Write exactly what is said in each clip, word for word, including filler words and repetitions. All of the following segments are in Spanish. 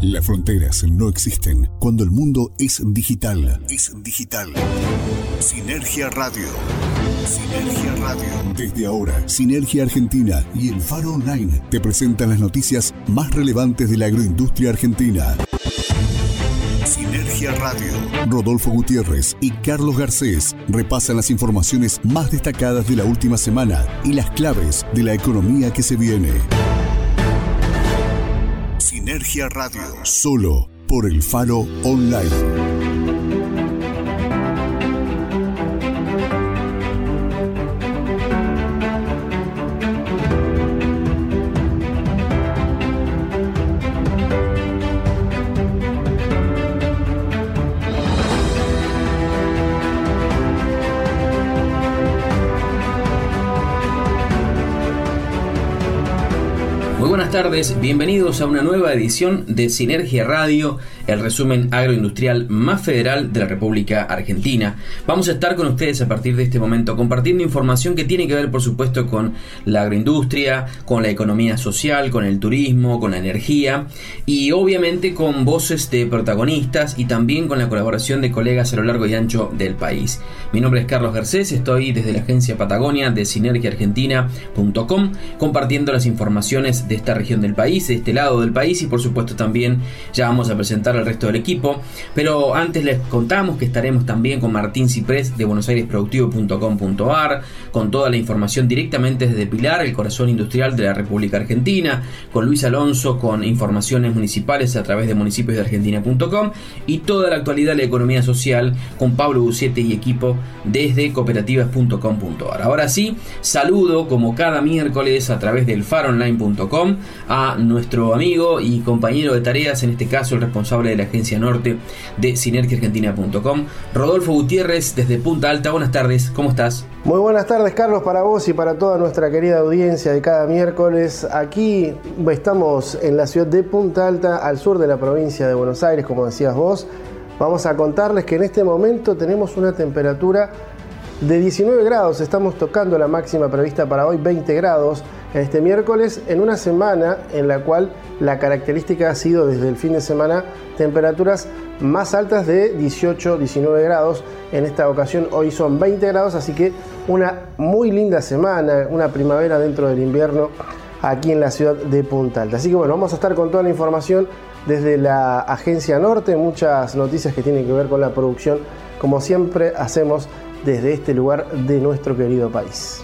Las fronteras no existen cuando el mundo es digital. Es digital. Sinergia Radio. Sinergia Radio. Desde ahora, Sinergia Argentina y el Faro Online te presentan las noticias más relevantes de la agroindustria argentina. Sinergia Radio. Rodolfo Gutiérrez y Carlos Garcés repasan las informaciones más destacadas de la última semana y las claves de la economía que se viene. Sinergia Radio, solo por el Faro Online. Buenas tardes, bienvenidos a una nueva edición de Sinergia Radio, el resumen agroindustrial más federal de la República Argentina. Vamos a estar con ustedes a partir de este momento compartiendo información que tiene que ver, por supuesto, con la agroindustria, con la economía social, con el turismo, con la energía y obviamente con voces de protagonistas y también con la colaboración de colegas a lo largo y ancho del país. Mi nombre es Carlos Garcés, estoy desde la agencia Patagonia de sinergia argentina punto com compartiendo las informaciones de esta región del país, de este lado del país, y por supuesto también ya vamos a presentar al resto del equipo, pero antes les contamos que estaremos también con Martín Ciprés de buenos aires productivo punto com punto a r con toda la información directamente desde Pilar, el corazón industrial de la República Argentina, con Luis Alonso con informaciones municipales a través de municipios de argentina punto com y toda la actualidad de la economía social con Pablo Busiete y equipo desde cooperativas punto com punto a r. Ahora sí, saludo como cada miércoles a través del faro online punto com a nuestro amigo y compañero de tareas, en este caso el responsable de la agencia norte de sinergia argentina punto com, Rodolfo Gutiérrez desde Punta Alta. Buenas tardes, ¿cómo estás? Muy buenas tardes, Carlos, para vos y para toda nuestra querida audiencia de cada miércoles. Aquí estamos en la ciudad de Punta Alta, al sur de la provincia de Buenos Aires, como decías vos. Vamos a contarles que en este momento tenemos una temperatura de diecinueve grados, estamos tocando la máxima prevista para hoy, veinte grados, este miércoles, en una semana en la cual la característica ha sido desde el fin de semana temperaturas más altas de dieciocho, diecinueve grados. En esta ocasión hoy son veinte grados, así que una muy linda semana, una primavera dentro del invierno aquí en la ciudad de Punta Alta. Así que bueno, vamos a estar con toda la información desde la agencia norte, muchas noticias que tienen que ver con la producción, como siempre hacemos desde este lugar de nuestro querido país.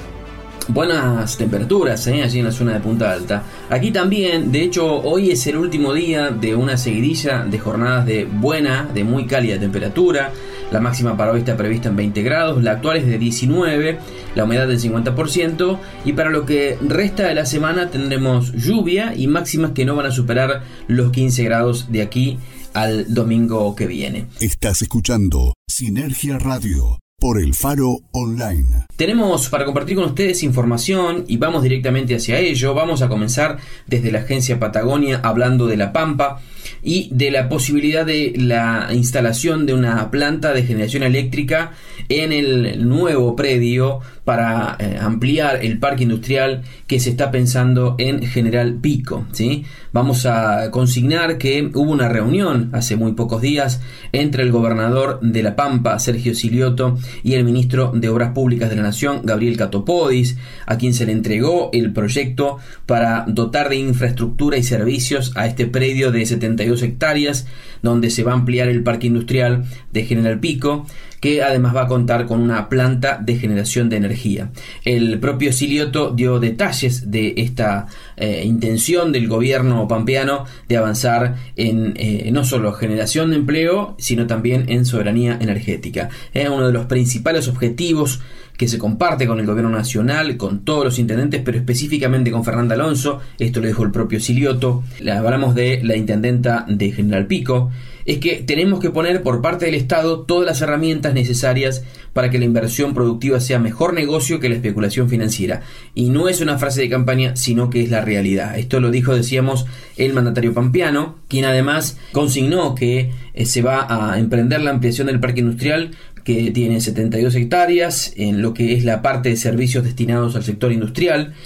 Buenas temperaturas ¿eh? allí en la zona de Punta Alta. Aquí también, de hecho, hoy es el último día de una seguidilla de jornadas de buena, de muy cálida temperatura. La máxima para hoy está prevista en veinte grados, la actual es de diecinueve, la humedad del cincuenta por ciento, y para lo que resta de la semana tendremos lluvia y máximas que no van a superar los quince grados de aquí al domingo que viene. Estás escuchando Sinergia Radio por el Faro Online. Tenemos para compartir con ustedes información y vamos directamente hacia ello. Vamos a comenzar desde la agencia Patagonia hablando de La Pampa y de la posibilidad de la instalación de una planta de generación eléctrica en el nuevo predio para eh, ampliar el parque industrial que se está pensando en General Pico, ¿sí? Vamos a consignar que hubo una reunión hace muy pocos días entre el gobernador de La Pampa, Sergio Silioto, y el ministro de Obras Públicas de la Nación, Gabriel Catopodis, a quien se le entregó el proyecto para dotar de infraestructura y servicios a este predio de setenta y dos hectáreas, donde se va a ampliar el parque industrial de General Pico, que además va a contar con una planta de generación de energía. El propio Silioto dio detalles de esta eh, intención del gobierno pampeano de avanzar en eh, no solo generación de empleo, sino también en soberanía energética. Es uno de los principales objetivos que se comparte con el gobierno nacional, con todos los intendentes, pero específicamente con Fernanda Alonso. Esto lo dijo el propio Silioto. Le hablamos de la intendenta de General Pico. Es que tenemos que poner por parte del Estado todas las herramientas necesarias para que la inversión productiva sea mejor negocio que la especulación financiera. Y no es una frase de campaña, sino que es la realidad. Esto lo dijo, decíamos, el mandatario pampeano, quien además consignó que eh, se va a emprender la ampliación del parque industrial, que tiene setenta y dos hectáreas, en lo que es la parte de servicios destinados al sector industrial,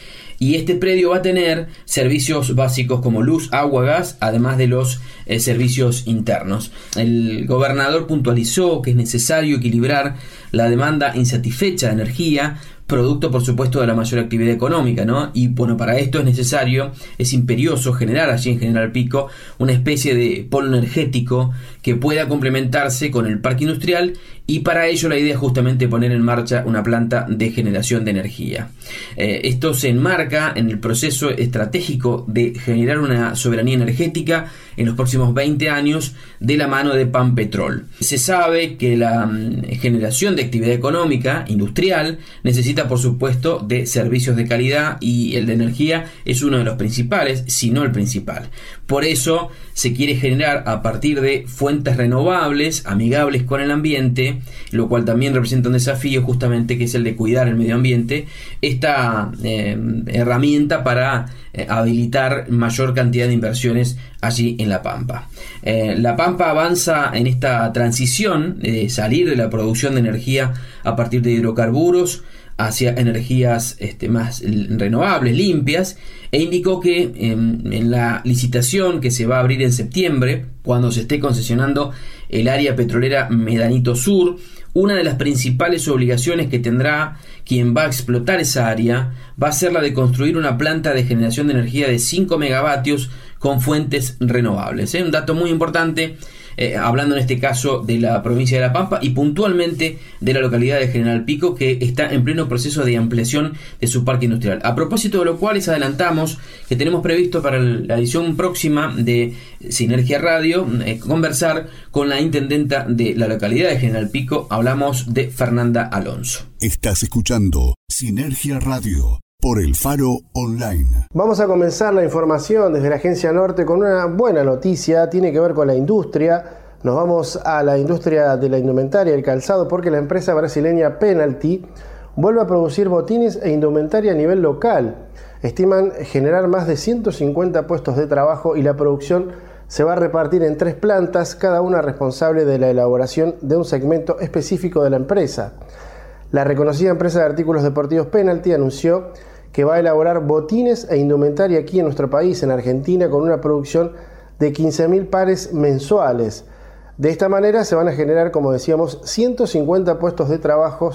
y este predio va a tener servicios básicos como luz, agua, gas, además de los eh, servicios internos. El gobernador puntualizó que es necesario equilibrar la demanda insatisfecha de energía, producto por supuesto de la mayor actividad económica, ¿no? Y bueno, para esto es necesario, es imperioso generar allí en General Pico una especie de polo energético que pueda complementarse con el parque industrial, y para ello la idea es justamente poner en marcha una planta de generación de energía. Eh, esto se enmarca en el proceso estratégico de generar una soberanía energética en los próximos veinte años de la mano de Pampetrol. Se sabe que la mm, generación de actividad económica industrial necesita por supuesto de servicios de calidad, y el de energía es uno de los principales, si no el principal. Por eso se quiere generar a partir de fuentes renovables, amigables con el ambiente, lo cual también representa un desafío justamente, que es el de cuidar el medio ambiente, esta eh, herramienta para eh, habilitar mayor cantidad de inversiones allí en La Pampa. Eh, La Pampa avanza en esta transición de salir de la producción de energía a partir de hidrocarburos hacia energías este, más renovables, limpias, e indicó que eh, en la licitación que se va a abrir en septiembre, cuando se esté concesionando el área petrolera Medanito Sur, una de las principales obligaciones que tendrá quien va a explotar esa área va a ser la de construir una planta de generación de energía de cinco megavatios con fuentes renovables. ¿eh? Un dato muy importante, eh, hablando en este caso de la provincia de La Pampa y puntualmente de la localidad de General Pico, que está en pleno proceso de ampliación de su parque industrial. A propósito de lo cual, les adelantamos que tenemos previsto para la edición próxima de Sinergia Radio eh, conversar con la intendenta de la localidad de General Pico. Hablamos de Fernanda Alonso. Estás escuchando Sinergia Radio por El Faro Online. Vamos a comenzar la información desde la Agencia Norte con una buena noticia. Tiene que ver con la industria. Nos vamos a la industria de la indumentaria y el calzado, porque la empresa brasileña Penalty vuelve a producir botines e indumentaria a nivel local. Estiman generar más de ciento cincuenta puestos de trabajo, y la producción se va a repartir en tres plantas, cada una responsable de la elaboración de un segmento específico de la empresa. La reconocida empresa de artículos deportivos Penalty anunció que va a elaborar botines e indumentaria aquí en nuestro país, en Argentina, con una producción de quince mil pares mensuales. De esta manera se van a generar, como decíamos, ciento cincuenta puestos de trabajo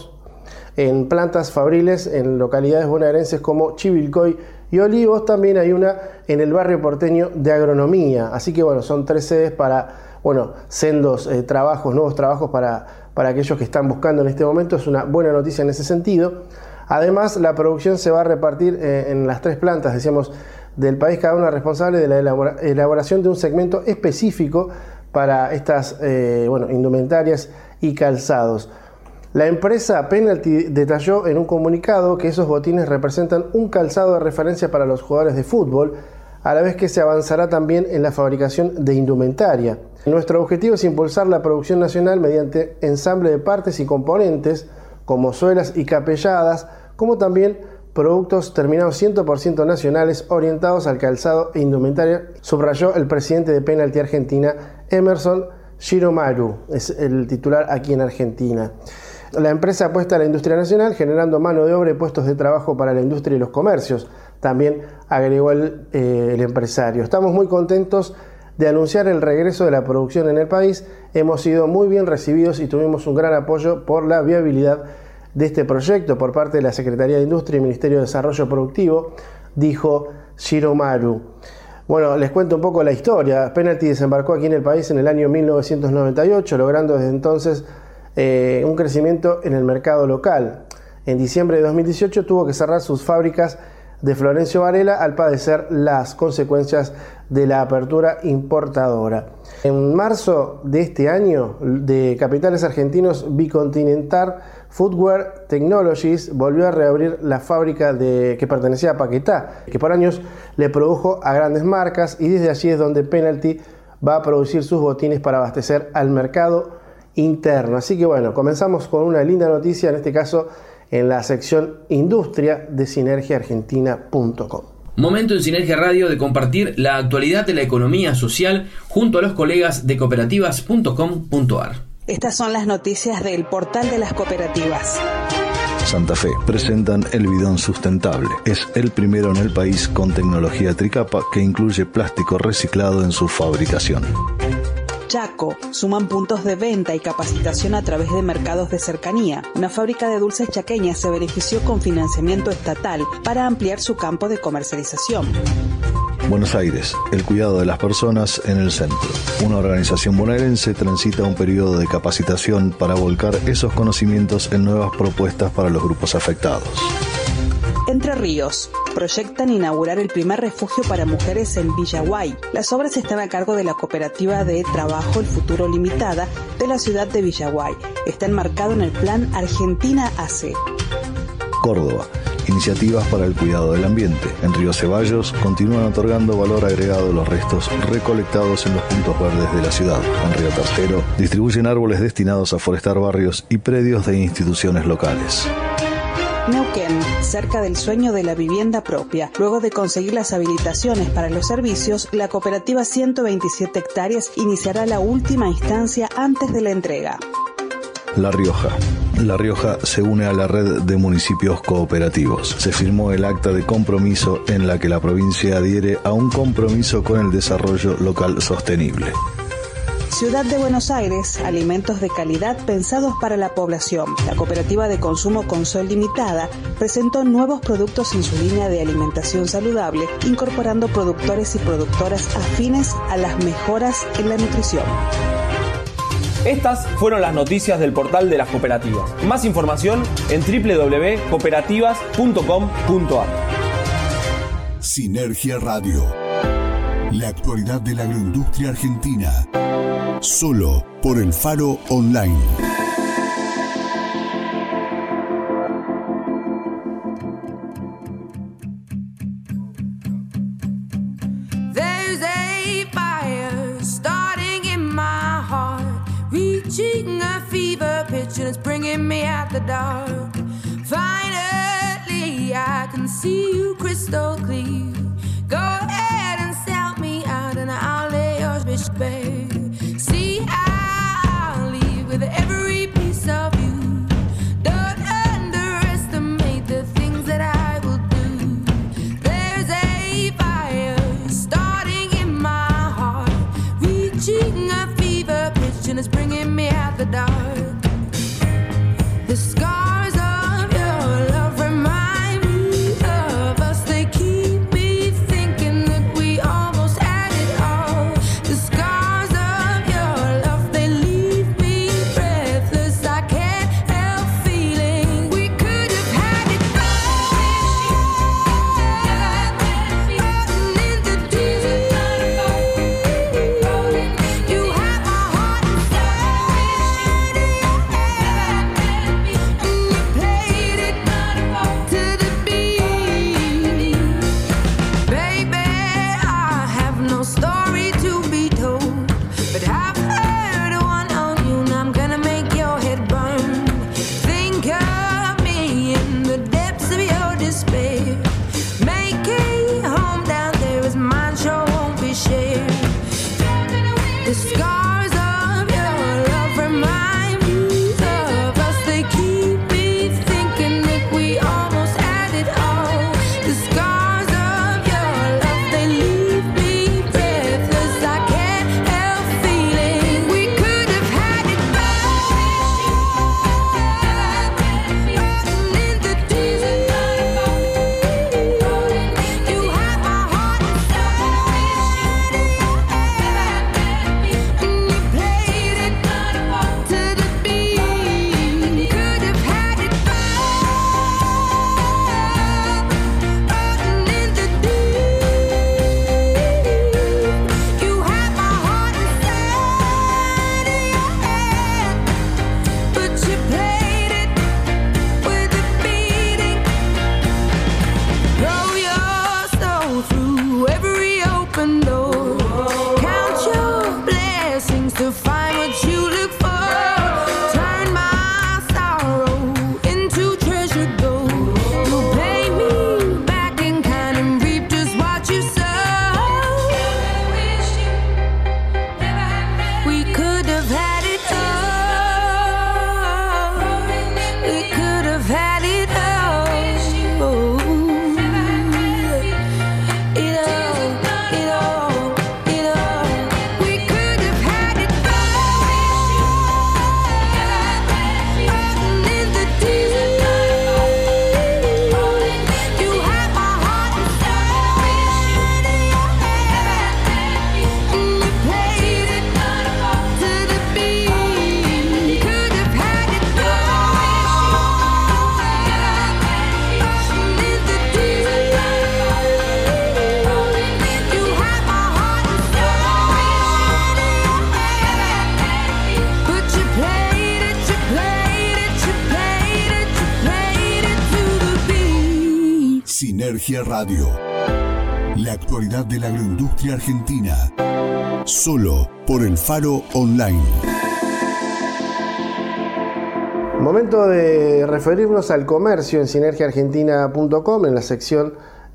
en plantas fabriles en localidades bonaerenses como Chivilcoy y Olivos. También hay una en el barrio porteño de Agronomía. Así que bueno, son tres sedes para, bueno, sendos eh, trabajos, nuevos trabajos para, para aquellos que están buscando en este momento. Es una buena noticia en ese sentido. Además, la producción se va a repartir eh, en las tres plantas, decíamos, del país, cada una responsable de la elabora- elaboración de un segmento específico para estas eh, bueno, indumentarias y calzados. La empresa Penalty detalló en un comunicado que esos botines representan un calzado de referencia para los jugadores de fútbol, a la vez que se avanzará también en la fabricación de indumentaria. Nuestro objetivo es impulsar la producción nacional mediante ensamble de partes y componentes, como suelas y capelladas, como también productos terminados cien por ciento nacionales orientados al calzado e indumentaria, subrayó el presidente de Penalty Argentina, Emerson Shiromaru, es el titular aquí en Argentina. La empresa apuesta a la industria nacional, generando mano de obra y puestos de trabajo para la industria y los comercios, también agregó el, eh, el empresario. Estamos muy contentos de anunciar el regreso de la producción en el país. Hemos sido muy bien recibidos y tuvimos un gran apoyo por la viabilidad de este proyecto por parte de la Secretaría de Industria y Ministerio de Desarrollo Productivo, dijo Shiromaru. Bueno, les cuento un poco la historia. Penalty desembarcó aquí en el país en el año mil novecientos noventa y ocho, logrando desde entonces eh, un crecimiento en el mercado local. En diciembre de dos mil dieciocho tuvo que cerrar sus fábricas de Florencio Varela al padecer las consecuencias de la apertura importadora. En marzo de este año, de capitales argentinos, Bicontinental Footwear Technologies volvió a reabrir la fábrica de, que pertenecía a Paquetá, que por años le produjo a grandes marcas, y desde allí es donde Penalty va a producir sus botines para abastecer al mercado interno. Así que bueno, comenzamos con una linda noticia, en este caso en la sección Industria de sinergia argentina punto com. Momento en Sinergia Radio de compartir la actualidad de la economía social junto a los colegas de cooperativas punto com punto a r. Estas son las noticias del portal de las cooperativas. Santa Fe presentan el bidón sustentable. Es el primero en el país con tecnología tricapa que incluye plástico reciclado en su fabricación. Chaco suman puntos de venta y capacitación a través de mercados de cercanía. Una fábrica de dulces chaqueña se benefició con financiamiento estatal para ampliar su campo de comercialización. Buenos Aires, el cuidado de las personas en el centro. Una organización bonaerense transita un periodo de capacitación para volcar esos conocimientos en nuevas propuestas para los grupos afectados. Entre Ríos, proyectan inaugurar el primer refugio para mujeres en Villaguay. Las obras están a cargo de la cooperativa de trabajo El Futuro Limitada de la ciudad de Villaguay. Está enmarcado en el plan Argentina A C. Córdoba, iniciativas para el cuidado del ambiente. En Río Ceballos continúan otorgando valor agregado a los restos recolectados en los puntos verdes de la ciudad. En Río Tercero distribuyen árboles destinados a forestar barrios y predios de instituciones locales. Neuquén, cerca del sueño de la vivienda propia. Luego de conseguir las habilitaciones para los servicios, la cooperativa ciento veintisiete hectáreas iniciará la última instancia antes de la entrega. La Rioja. La Rioja se une a la red de municipios cooperativos. Se firmó el acta de compromiso en la que la provincia adhiere a un compromiso con el desarrollo local sostenible. Ciudad de Buenos Aires, alimentos de calidad pensados para la población. La cooperativa de consumo Consol Limitada presentó nuevos productos en su línea de alimentación saludable, incorporando productores y productoras afines a las mejoras en la nutrición. Estas fueron las noticias del portal de las cooperativas. Más información en doble u doble u doble u punto cooperativas punto com punto a r. Sinergia Radio. La actualidad de la agroindustria argentina. Solo por el Faro Online. There's a fire starting in my heart, reaching a fever pitch and it's bringing me out the dark. Finally, I can see you crystal clear. Go ahead and sell me out and I'll lay your bitch bare. See, I'll leave with every piece of you. Don't underestimate the things that I will do. There's a fire starting in my heart, reaching a fever pitch and it's bringing me out the dark. The scars of your love remind me of us. They keep me thinking that we almost had it all. The scars Sinergia Radio. La actualidad de la agroindustria argentina. Solo por el Faro Online. Momento de referirnos al comercio en sinergia argentina punto com. En la sección,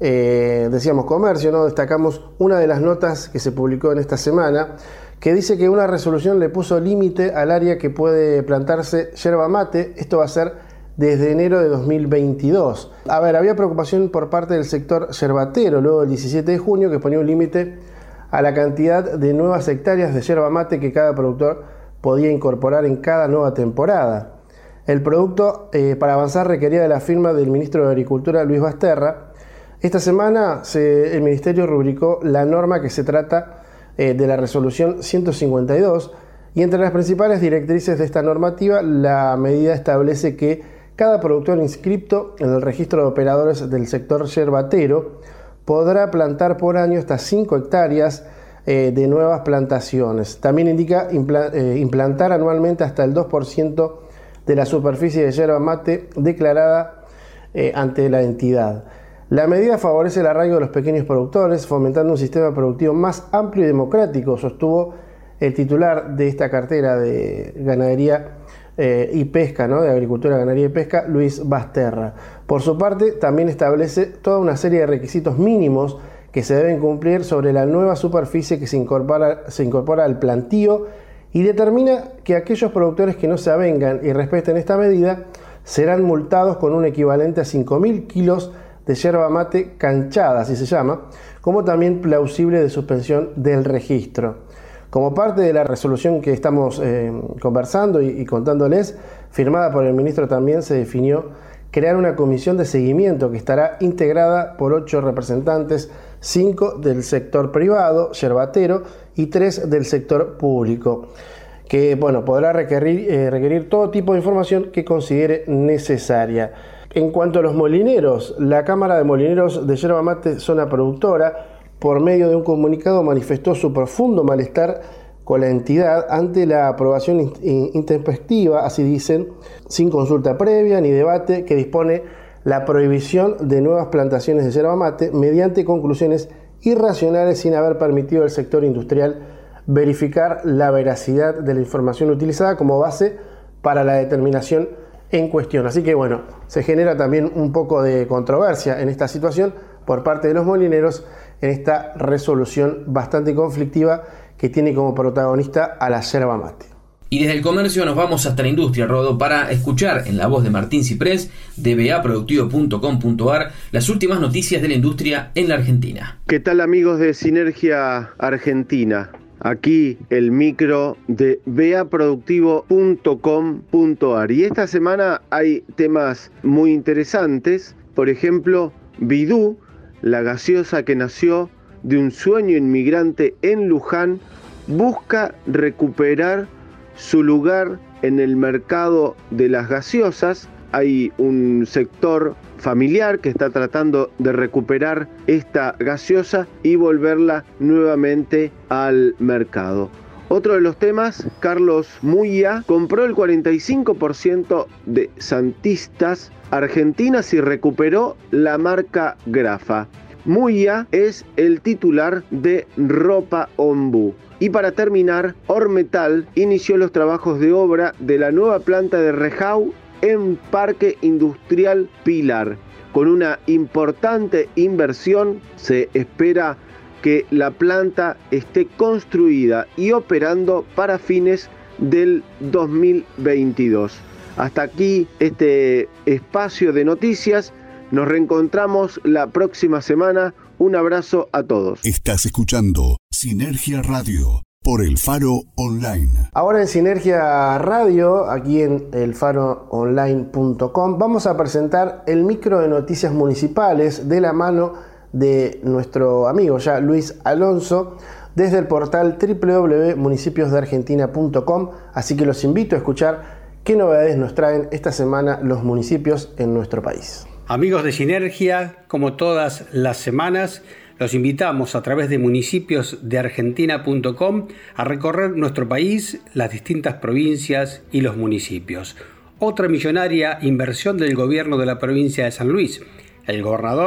eh, decíamos comercio, ¿no? Destacamos una de las notas que se publicó en esta semana, que dice que una resolución le puso límite al área que puede plantarse yerba mate. Esto va a ser desde enero de dos mil veintidós. A ver, había preocupación por parte del sector yerbatero luego del diecisiete de junio, que ponía un límite a la cantidad de nuevas hectáreas de yerba mate que cada productor podía incorporar en cada nueva temporada. El producto, eh, para avanzar, requería de la firma del ministro de Agricultura, Luis Basterra. Esta semana se, el ministerio rubricó la norma que se trata eh, de la resolución ciento cincuenta y dos, y entre las principales directrices de esta normativa, la medida establece que cada productor inscripto en el registro de operadores del sector yerbatero podrá plantar por año hasta cinco hectáreas eh, de nuevas plantaciones. También indica impla eh, implantar anualmente hasta el dos por ciento de la superficie de yerba mate declarada eh, ante la entidad. La medida favorece el arraigo de los pequeños productores, fomentando un sistema productivo más amplio y democrático, sostuvo el titular de esta cartera de ganadería eh, y pesca, ¿no? de agricultura, ganadería y pesca, Luis Basterra. Por su parte, también establece toda una serie de requisitos mínimos que se deben cumplir sobre la nueva superficie que se incorpora, se incorpora al plantío, y determina que aquellos productores que no se avengan y respeten esta medida serán multados con un equivalente a cinco mil kilos de yerba mate canchada, así se llama, como también plausible de suspensión del registro. Como parte de la resolución que estamos eh, conversando y, y contándoles, firmada por el ministro, también se definió crear una comisión de seguimiento que estará integrada por ocho representantes, cinco del sector privado, yerbatero, y tres del sector público, que bueno, podrá requerir, eh, requerir todo tipo de información que considere necesaria. En cuanto a los molineros, la Cámara de Molineros de Yerba Mate Zona Productora, por medio de un comunicado, manifestó su profundo malestar con la entidad ante la aprobación intempestiva, así dicen, sin consulta previa ni debate, que dispone la prohibición de nuevas plantaciones de yerba mate mediante conclusiones irracionales, sin haber permitido al sector industrial verificar la veracidad de la información utilizada como base para la determinación en cuestión. Así que bueno, se genera también un poco de controversia en esta situación por parte de los molineros en esta resolución bastante conflictiva que tiene como protagonista a la yerba mate. Y desde el comercio nos vamos hasta la industria, Rodo, para escuchar en la voz de Martín Ciprés de b a productivo punto com punto a r las últimas noticias de la industria en la Argentina. ¿Qué tal, amigos de Sinergia Argentina? Aquí el micro de b a productivo punto com punto a r. Y esta semana hay temas muy interesantes. Por ejemplo, Bidú, la gaseosa que nació de un sueño inmigrante en Luján, busca recuperar su lugar en el mercado de las gaseosas. Hay un sector familiar que está tratando de recuperar esta gaseosa y volverla nuevamente al mercado. Otro de los temas, Carlos Muya compró el cuarenta y cinco por ciento de Santistas Argentinas y recuperó la marca Grafa. Muya es el titular de Ropa Ombú. Y para terminar, Ormetal inició los trabajos de obra de la nueva planta de Rejau en Parque Industrial Pilar. Con una importante inversión, se espera que la planta esté construida y operando para fines del dos mil veintidós. Hasta aquí este espacio de noticias. Nos reencontramos la próxima semana. Un abrazo a todos. Estás escuchando Sinergia Radio por el Faro Online. Ahora en Sinergia Radio, aquí en el faro online punto com, vamos a presentar el micro de noticias municipales de la mano de nuestro amigo ya Luis Alonso desde el portal doble u doble u doble u punto municipios de argentina punto com. Así que los invito a escuchar qué novedades nos traen esta semana los municipios en nuestro país. Amigos de Sinergia, como todas las semanas, los invitamos a través de municipios de argentina punto com a recorrer nuestro país, las distintas provincias y los municipios. Otra millonaria inversión del gobierno de la provincia de San Luis. El gobernador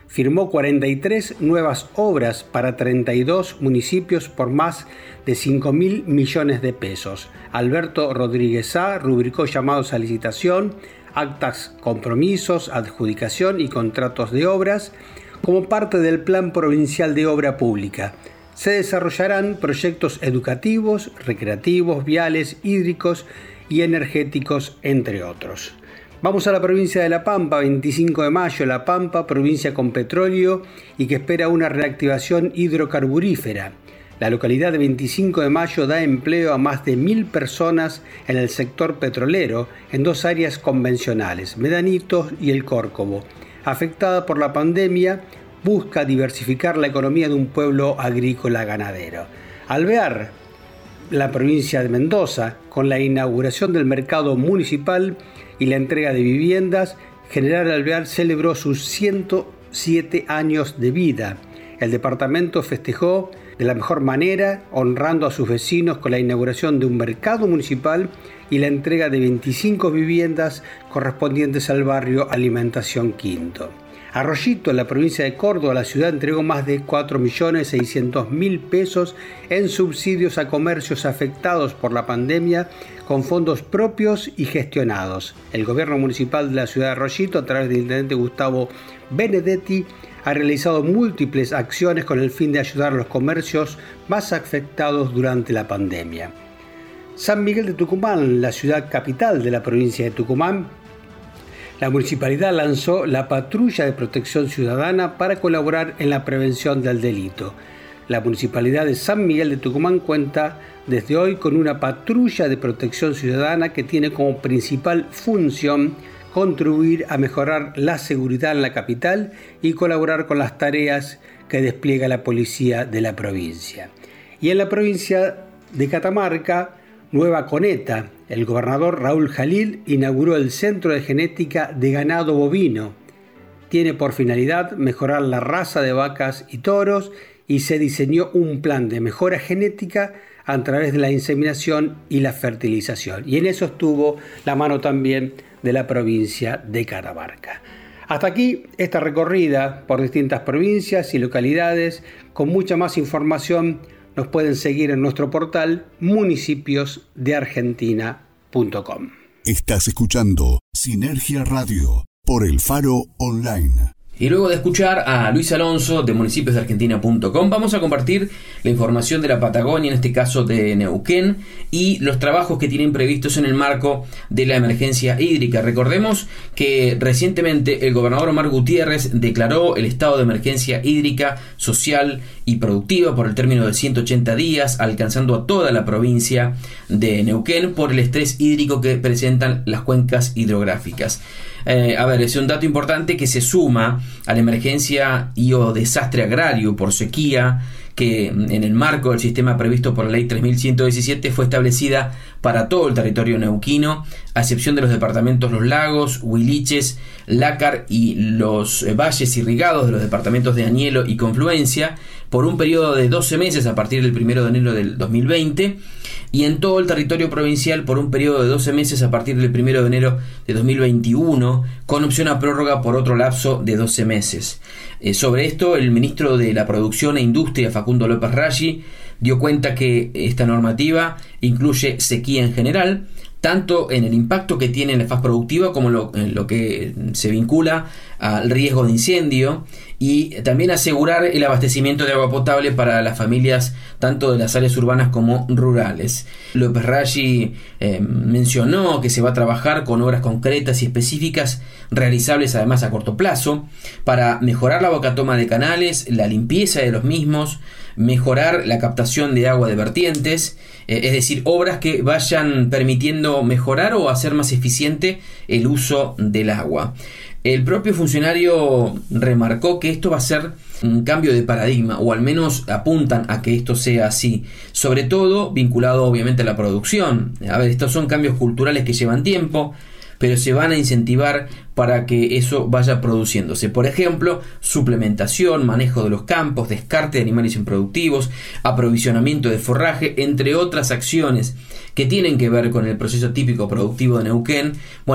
firmó cuarenta y tres nuevas obras para treinta y dos municipios por más de cinco mil millones de pesos. Alberto Rodríguez Sá rubricó llamados a licitación, actas, compromisos, adjudicación y contratos de obras como parte del Plan Provincial de Obra Pública. Se desarrollarán proyectos educativos, recreativos, viales, hídricos y energéticos, entre otros. Vamos a la provincia de La Pampa, veinticinco de mayo, La Pampa, provincia con petróleo y que espera una reactivación hidrocarburífera. La localidad de veinticinco de mayo da empleo a más de mil personas en el sector petrolero en dos áreas convencionales, Medanito y El Córcovo. Afectada por la pandemia, busca diversificar la economía de un pueblo agrícola ganadero. Alvear, la provincia de Mendoza, con la inauguración del mercado municipal y la entrega de viviendas, General Alvear celebró sus ciento siete años de vida. El departamento festejó de la mejor manera, honrando a sus vecinos con la inauguración de un mercado municipal y la entrega de veinticinco viviendas correspondientes al barrio Alimentación Quinto. Arroyito, en la provincia de Córdoba, la ciudad entregó más de cuatro millones seiscientos mil pesos en subsidios a comercios afectados por la pandemia con fondos propios y gestionados. El gobierno municipal de la ciudad de Arroyito, a través del intendente Gustavo Benedetti, ha realizado múltiples acciones con el fin de ayudar a los comercios más afectados durante la pandemia. San Miguel de Tucumán, la ciudad capital de la provincia de Tucumán, la municipalidad lanzó la Patrulla de Protección Ciudadana para colaborar en la prevención del delito. La municipalidad de San Miguel de Tucumán cuenta desde hoy con una Patrulla de Protección Ciudadana que tiene como principal función contribuir a mejorar la seguridad en la capital y colaborar con las tareas que despliega la policía de la provincia. Y en la provincia de Catamarca, Nueva Coneta, el gobernador Raúl Jalil inauguró el Centro de Genética de Ganado Bovino. Tiene por finalidad mejorar la raza de vacas y toros y se diseñó un plan de mejora genética a través de la inseminación y la fertilización. Y en eso estuvo la mano también de la provincia de Catamarca. Hasta aquí esta recorrida por distintas provincias y localidades. Con mucha más información nos pueden seguir en nuestro portal municipios de argentina punto com. Estás escuchando Sinergia Radio por El Faro Online. Y luego de escuchar a Luis Alonso de municipios de argentina punto com, vamos a compartir la información de la Patagonia, en este caso de Neuquén, y los trabajos que tienen previstos en el marco de la emergencia hídrica. Recordemos que recientemente el gobernador Omar Gutiérrez declaró el estado de emergencia hídrica, social y productiva por el término de ciento ochenta días, alcanzando a toda la provincia de Neuquén por el estrés hídrico que presentan las cuencas hidrográficas. Eh, a ver, es un dato importante que se suma a la emergencia y o desastre agrario por sequía que en el marco del sistema previsto por la ley tres mil ciento diecisiete fue establecida para todo el territorio neuquino, a excepción de los departamentos Los Lagos, Huiliches, Lácar y los valles irrigados de los departamentos de Añelo y Confluencia, por un periodo de doce meses a partir del primero de enero del dos mil veinte, y en todo el territorio provincial por un periodo de doce meses a partir del primero de enero de dos mil veintiuno, con opción a prórroga por otro lapso de doce meses. Eh, sobre esto, el ministro de la Producción e Industria, Facundo López Raggi, dio cuenta que esta normativa incluye sequía en general, tanto en el impacto que tiene en la faz productiva como lo, en lo que se vincula al riesgo de incendio, y también asegurar el abastecimiento de agua potable para las familias tanto de las áreas urbanas como rurales. López Raggi eh, mencionó que se va a trabajar con obras concretas y específicas realizables además a corto plazo para mejorar la bocatoma de canales, la limpieza de los mismos, mejorar la captación de agua de vertientes, eh, es decir, obras que vayan permitiendo mejorar o hacer más eficiente el uso del agua. El propio funcionario remarcó que esto va a ser un cambio de paradigma, o al menos apuntan a que esto sea así, sobre todo vinculado obviamente a la producción. A ver, estos son cambios culturales que llevan tiempo, pero se van a incentivar para que eso vaya produciéndose. Por ejemplo, suplementación, manejo de los campos, descarte de animales improductivos, aprovisionamiento de forraje, entre otras acciones que tienen que ver con el proceso típico productivo de Neuquén. Bueno,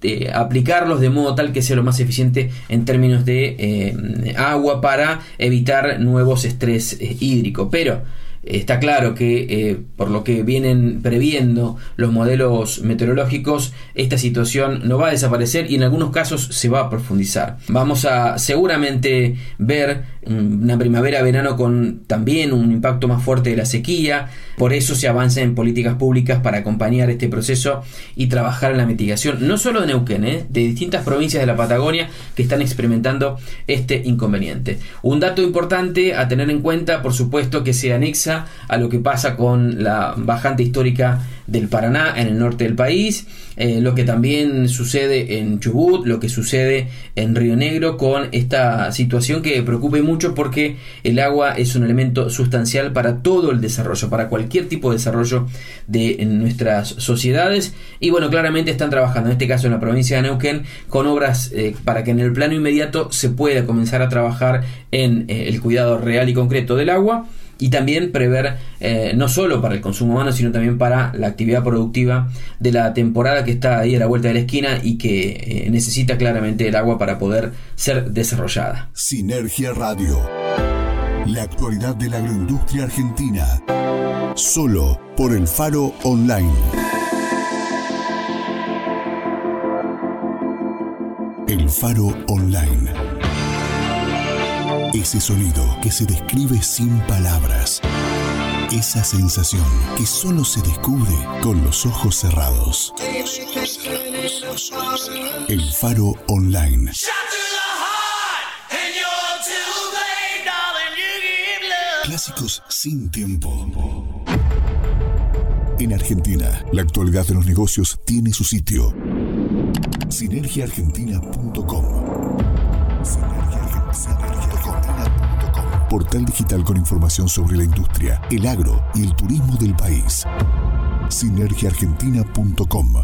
eh, aplicarlos de modo tal que sea lo más eficiente en términos de eh, agua para evitar nuevos estrés eh, hídrico. Pero está claro que eh, por lo que vienen previendo los modelos meteorológicos, esta situación no va a desaparecer y en algunos casos se va a profundizar. Vamos a seguramente ver una primavera-verano con también un impacto más fuerte de la sequía. Por eso se avanza en políticas públicas para acompañar este proceso y trabajar en la mitigación, no solo de Neuquén, ¿eh? de distintas provincias de la Patagonia que están experimentando este inconveniente. Un dato importante a tener en cuenta, por supuesto, que se anexa a lo que pasa con la bajante histórica del Paraná en el norte del país, eh, lo que también sucede en Chubut, lo que sucede en Río Negro, con esta situación que preocupa mucho porque el agua es un elemento sustancial para todo el desarrollo, para cualquier tipo de desarrollo de nuestras sociedades. Y bueno, claramente están trabajando, en este caso en la provincia de Neuquén, con obras eh, para que en el plano inmediato se pueda comenzar a trabajar en eh, el cuidado real y concreto del agua, y también prever eh, no solo para el consumo humano, sino también para la actividad productiva de la temporada que está ahí a la vuelta de la esquina y que eh, necesita claramente el agua para poder ser desarrollada. Sinergia Radio. La actualidad de la agroindustria argentina. Solo por El Faro Online. El Faro Online. Ese sonido que se describe sin palabras. Esa sensación que solo se descubre con los ojos cerrados. El Faro Online. Clásicos sin tiempo. En Argentina, la actualidad de los negocios tiene su sitio. sinergia argentina punto com. Portal digital con información sobre la industria, el agro y el turismo del país. sinergia argentina punto com.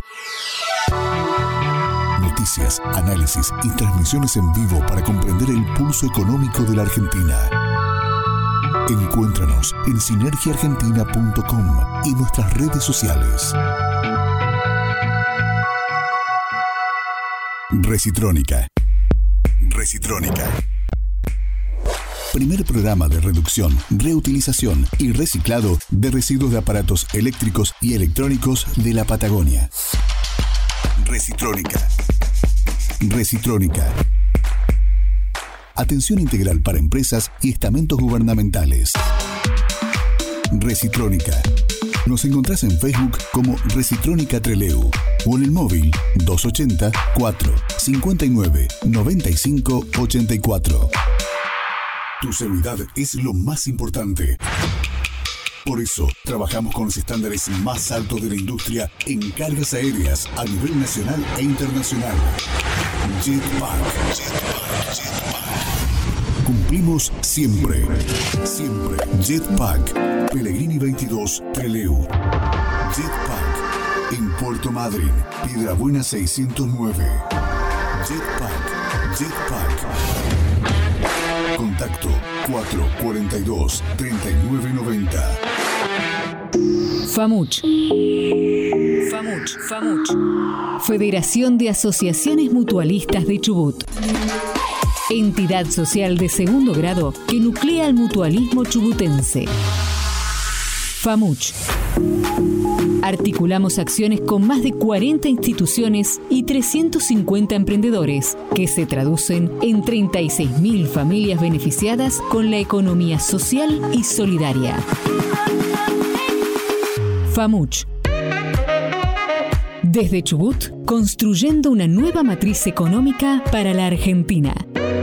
Noticias, análisis y transmisiones en vivo para comprender el pulso económico de la Argentina. Encuéntranos en sinergia argentina punto com y nuestras redes sociales. Recitrónica. Recitrónica. Primer programa de reducción, reutilización y reciclado de residuos de aparatos eléctricos y electrónicos de la Patagonia. Recitrónica. Recitrónica. Atención integral para empresas y estamentos gubernamentales. Recitrónica. Nos encontrás en Facebook como Recitrónica Trelew o en el móvil dos ochenta, cuatro cincuenta y nueve, noventa y cinco ochenta y cuatro. Tu seguridad es lo más importante. Por eso, trabajamos con los estándares más altos de la industria en cargas aéreas a nivel nacional e internacional. Jetpack. Jetpack. Jetpack. Cumplimos siempre. Siempre. Jetpack. Pellegrini veintidós, Trelew. Jetpack. En Puerto Madryn, Piedrabuena seiscientos nueve. Jetpack. Jetpack. Contacto cuatro cuarenta y dos, treinta y nueve noventa. FAMUCH. FAMUCH. FAMUCH. Federación de Asociaciones Mutualistas de Chubut. Entidad social de segundo grado que nuclea el mutualismo chubutense. FAMUCH. Articulamos acciones con más de cuarenta instituciones y trescientos cincuenta emprendedores que se traducen en treinta y seis mil familias beneficiadas con la economía social y solidaria. FAMUCH. Desde Chubut, construyendo una nueva matriz económica para la Argentina.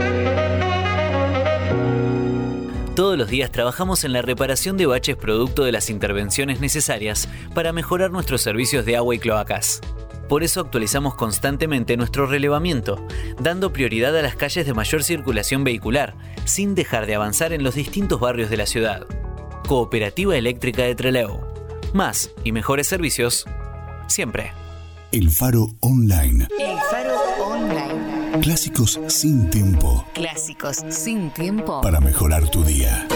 Todos los días trabajamos en la reparación de baches producto de las intervenciones necesarias para mejorar nuestros servicios de agua y cloacas. Por eso actualizamos constantemente nuestro relevamiento, dando prioridad a las calles de mayor circulación vehicular, sin dejar de avanzar en los distintos barrios de la ciudad. Cooperativa Eléctrica de Trelew. Más y mejores servicios, siempre. El Faro Online. El Faro Online. Clásicos sin tiempo. Clásicos sin tiempo. Para mejorar tu día.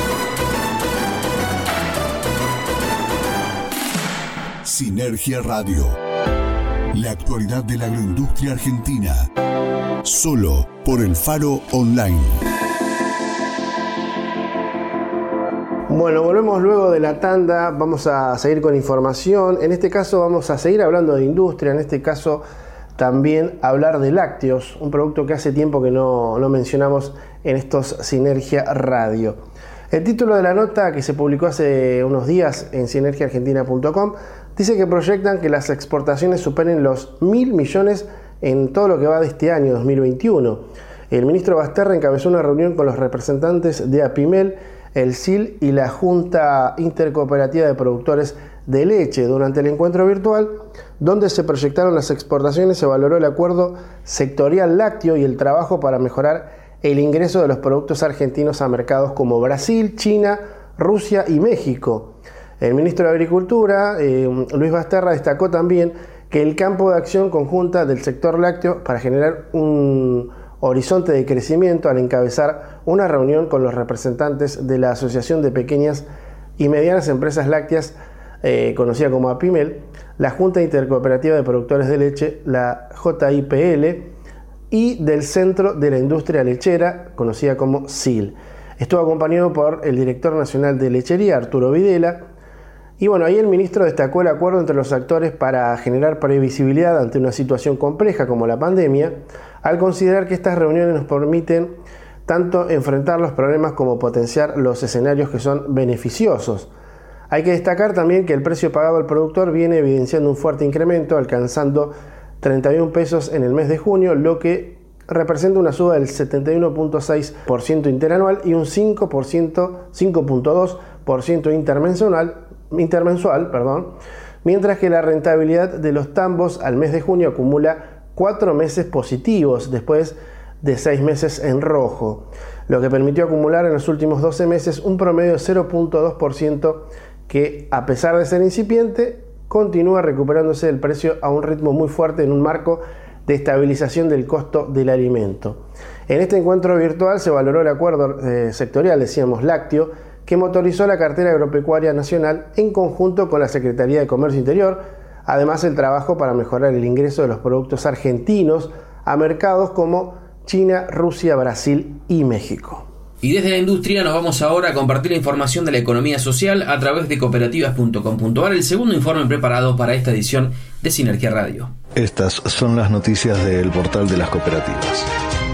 Sinergia Radio. La actualidad de la agroindustria argentina. Solo por el Faro Online. Bueno, volvemos luego de la tanda, vamos a seguir con información. En este caso vamos a seguir hablando de industria, en este caso también hablar de lácteos, un producto que hace tiempo que no, no mencionamos en estos Sinergia Radio. El título de la nota que se publicó hace unos días en sinergia argentina punto com dice que proyectan que las exportaciones superen los mil millones en todo lo que va de este año dos mil veintiuno. El ministro Basterra encabezó una reunión con los representantes de APIMEL, el S I L y la Junta Intercooperativa de Productores de Leche. Durante el encuentro virtual, donde se proyectaron las exportaciones, se valoró el acuerdo sectorial lácteo y el trabajo para mejorar el ingreso de los productos argentinos a mercados como Brasil, China, Rusia y México. El ministro de Agricultura, eh, Luis Basterra, destacó también que el campo de acción conjunta del sector lácteo para generar un horizonte de crecimiento al encabezar una reunión con los representantes de la Asociación de Pequeñas y Medianas Empresas Lácteas, eh, conocida como APIMEL, la Junta Intercooperativa de Productores de Leche, la J I P L, y del Centro de la Industria Lechera, conocida como S I L. Estuvo acompañado por el director nacional de lechería, Arturo Videla, y bueno, ahí el ministro destacó el acuerdo entre los actores para generar previsibilidad ante una situación compleja como la pandemia, al considerar que estas reuniones nos permiten tanto enfrentar los problemas como potenciar los escenarios que son beneficiosos. Hay que destacar también que el precio pagado al productor viene evidenciando un fuerte incremento, alcanzando treinta y un pesos en el mes de junio, lo que representa una suba del setenta y uno punto seis por ciento interanual y un cinco por ciento, cinco punto dos por ciento intermensual, intermensual, perdón, mientras que la rentabilidad de los tambos al mes de junio acumula cuatro meses positivos después de seis meses en rojo, lo que permitió acumular en los últimos doce meses un promedio de cero punto dos por ciento que, a pesar de ser incipiente, continúa recuperándose el precio a un ritmo muy fuerte en un marco de estabilización del costo del alimento. En este encuentro virtual se valoró el acuerdo eh, sectorial, decíamos, lácteo, que motorizó la cartera agropecuaria nacional en conjunto con la Secretaría de Comercio Interior, además el trabajo para mejorar el ingreso de los productos argentinos a mercados como China, Rusia, Brasil y México. Y desde la industria nos vamos ahora a compartir la información de la economía social a través de cooperativas punto com punto a r, el segundo informe preparado para esta edición de Sinergia Radio. Estas son las noticias del portal de las cooperativas.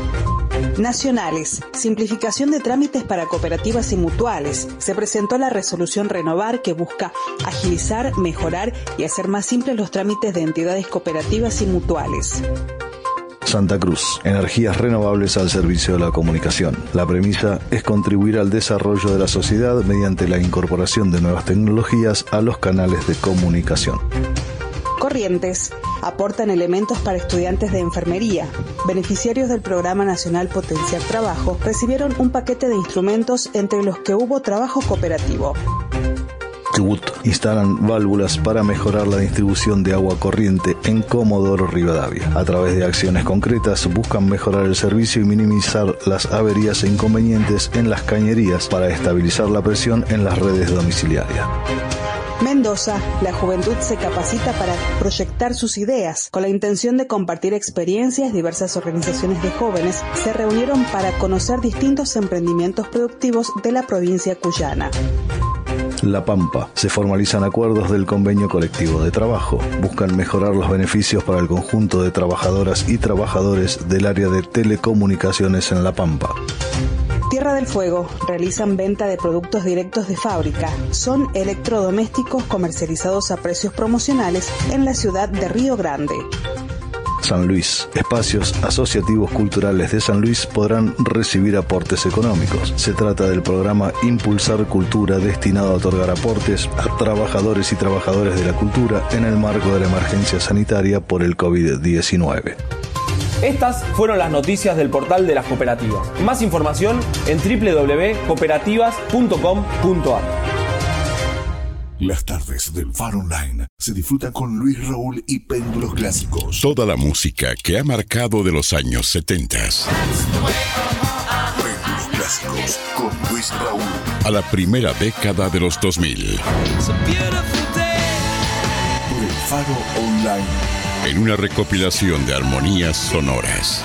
Nacionales. Simplificación de trámites para cooperativas y mutuales. Se presentó la resolución Renovar que busca agilizar, mejorar y hacer más simples los trámites de entidades cooperativas y mutuales. Santa Cruz, energías renovables al servicio de la comunicación. La premisa es contribuir al desarrollo de la sociedad mediante la incorporación de nuevas tecnologías a los canales de comunicación. Corrientes. Aportan elementos para estudiantes de enfermería. Beneficiarios del Programa Nacional Potenciar Trabajo recibieron un paquete de instrumentos entre los que hubo trabajo cooperativo. Chubut instalan válvulas para mejorar la distribución de agua corriente en Comodoro Rivadavia. A través de acciones concretas buscan mejorar el servicio y minimizar las averías e inconvenientes en las cañerías para estabilizar la presión en las redes domiciliarias. Mendoza, la juventud se capacita para proyectar sus ideas. Con la intención de compartir experiencias, diversas organizaciones de jóvenes se reunieron para conocer distintos emprendimientos productivos de la provincia cuyana. La Pampa. Se formalizan acuerdos del convenio colectivo de trabajo. Buscan mejorar los beneficios para el conjunto de trabajadoras y trabajadores del área de telecomunicaciones en La Pampa. Tierra del Fuego. Realizan venta de productos directos de fábrica. Son electrodomésticos comercializados a precios promocionales en la ciudad de Río Grande. San Luis. Espacios asociativos culturales de San Luis podrán recibir aportes económicos. Se trata del programa Impulsar Cultura, destinado a otorgar aportes a trabajadores y trabajadoras de la cultura en el marco de la emergencia sanitaria por el covid diecinueve. Estas fueron las noticias del portal de las cooperativas. Más información en doble u doble u doble u punto cooperativas punto com punto a r. Las tardes del Faro Online se disfrutan con Luis Raúl y Péndulos Clásicos. Toda la música que ha marcado de los años setenta. Péndulos Clásicos con Luis Raúl. A la primera década de los dos mil. Por el Faro Online. en una recopilación de armonías sonoras.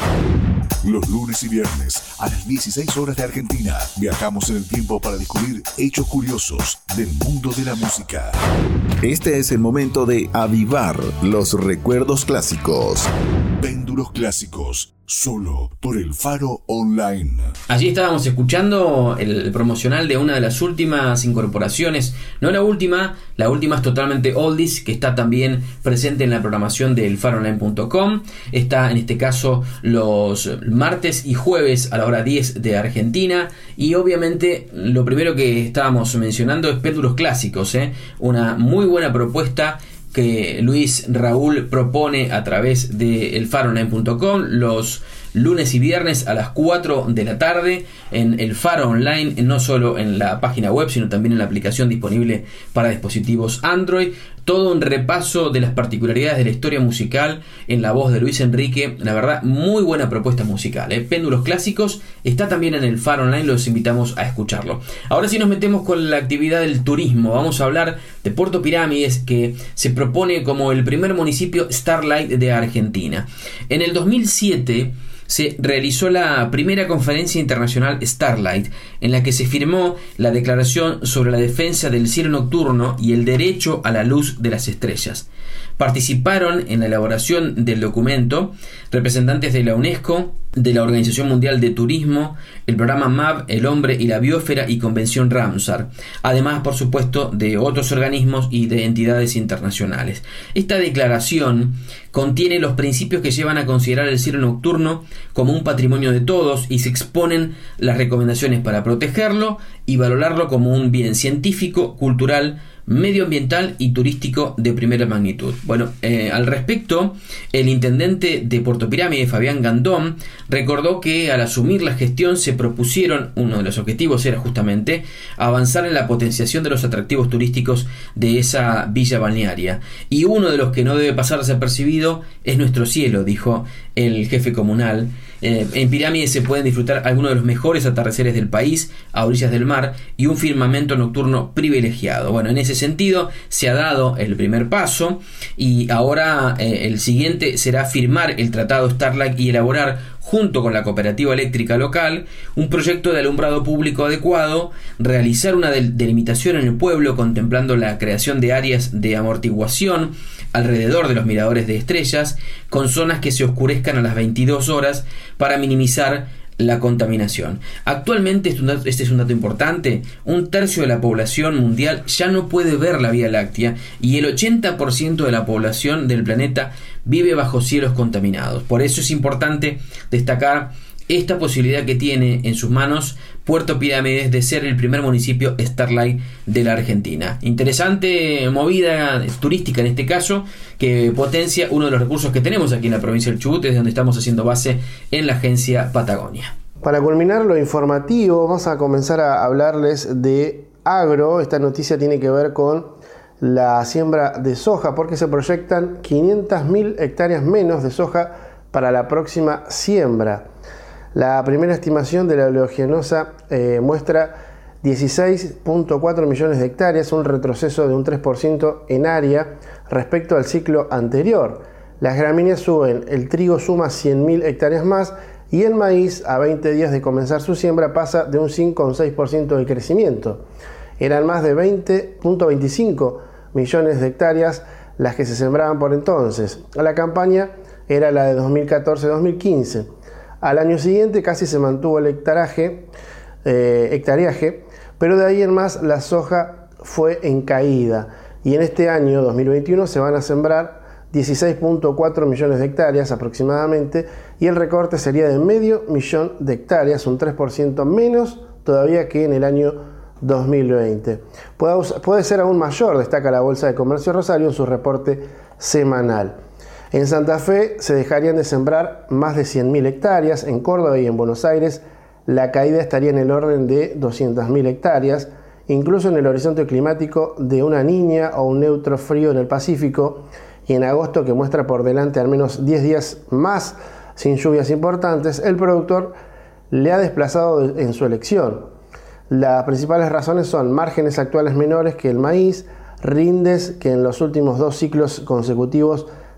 Los lunes y viernes a las dieciséis horas de Argentina viajamos en el tiempo para descubrir hechos curiosos del mundo de la música. Este es el momento de avivar los recuerdos clásicos. Péndulos clásicos, solo por el Faro Online. Allí estábamos escuchando el promocional de una de las últimas incorporaciones, no la última, la última es totalmente oldies, que está también presente en la programación del faro online punto com. Está en este caso los martes y jueves a la hora diez de Argentina, y obviamente lo primero que estábamos mencionando es Péndulos Clásicos, ¿eh? Una muy buena propuesta que Luis Raúl propone a través de el faro online punto com los lunes y viernes a las cuatro de la tarde en el Faro Online, no solo en la página web, sino también en la aplicación disponible para dispositivos Android. Todo un repaso de las particularidades de la historia musical en la voz de Luis Enrique. La verdad, muy buena propuesta musical, ¿eh? Péndulos Clásicos está también en el Faro Online, los invitamos a escucharlo. Ahora sí nos metemos con la actividad del turismo. Vamos a hablar de Puerto Pirámides, que se propone como el primer municipio Starlight de Argentina. En el dos mil siete se realizó la primera conferencia internacional Starlight, en la que se firmó la Declaración sobre la Defensa del Cielo Nocturno y el Derecho a la Luz de las Estrellas. Participaron en la elaboración del documento representantes de la UNESCO, de la Organización Mundial de Turismo, el programa M A B, el Hombre y la Biosfera y Convención Ramsar, además, por supuesto, de otros organismos y de entidades internacionales. Esta declaración contiene los principios que llevan a considerar el cielo nocturno como un patrimonio de todos, y se exponen las recomendaciones para protegerlo y valorarlo como un bien científico, cultural, medioambiental y turístico de primera magnitud. Bueno, eh, al respecto, el intendente de Puerto Pirámides, Fabián Gandón, recordó que al asumir la gestión se propusieron, uno de los objetivos era justamente avanzar en la potenciación de los atractivos turísticos de esa villa balnearia, y uno de los que no debe pasar desapercibido es nuestro cielo, dijo el jefe comunal. Eh, en Pirámides se pueden disfrutar algunos de los mejores atardeceres del país a orillas del mar y un firmamento nocturno privilegiado. Bueno, en ese sentido se ha dado el primer paso, y ahora eh, el siguiente será firmar el tratado Starlight y elaborar, junto con la cooperativa eléctrica local, un proyecto de alumbrado público adecuado, realizar una del- delimitación en el pueblo contemplando la creación de áreas de amortiguación alrededor de los miradores de estrellas, con zonas que se oscurezcan a las veintidós horas para minimizar la contaminación. Actualmente, este es un dato importante, un tercio de la población mundial ya no puede ver la Vía Láctea, y el ochenta por ciento de la población del planeta vive bajo cielos contaminados. Por eso es importante destacar esta posibilidad que tiene en sus manos Puerto Pirámides de ser el primer municipio Starlight de la Argentina. Interesante movida turística en este caso, que potencia uno de los recursos que tenemos aquí en la provincia del Chubut, desde donde estamos haciendo base en la agencia Patagonia. Para culminar lo informativo, vamos a comenzar a hablarles de agro. Esta noticia tiene que ver con la siembra de soja, porque se proyectan quinientas mil hectáreas menos de soja para la próxima siembra. La primera estimación de la oleaginosa eh, muestra dieciséis punto cuatro millones de hectáreas, un retroceso de un tres por ciento en área respecto al ciclo anterior. Las gramíneas suben, el trigo suma cien mil hectáreas más, y el maíz, a veinte días de comenzar su siembra, pasa de un cinco a un seis por ciento de crecimiento. Eran más de veinte punto veinticinco millones de hectáreas las que se sembraban por entonces. La campaña era la de dos mil catorce a dos mil quince. Al año siguiente casi se mantuvo el hectaraje, eh, hectareaje, pero de ahí en más la soja fue en caída, y en este año dos mil veintiuno se van a sembrar dieciséis punto cuatro millones de hectáreas aproximadamente, y el recorte sería de medio millón de hectáreas, un tres por ciento menos todavía que en el año dos mil veinte. Puede, puede ser aún mayor, destaca la Bolsa de Comercio Rosario en su reporte semanal. En Santa Fe se dejarían de sembrar más de cien mil hectáreas, en Córdoba y en Buenos Aires la caída estaría en el orden de doscientas mil hectáreas, incluso en el horizonte climático de una niña o un neutro frío en el Pacífico, y en agosto, que muestra por delante al menos diez días más sin lluvias importantes, el productor le ha desplazado en su elección. Las principales razones son márgenes actuales menores que el maíz, rindes que en los últimos dos ciclos consecutivos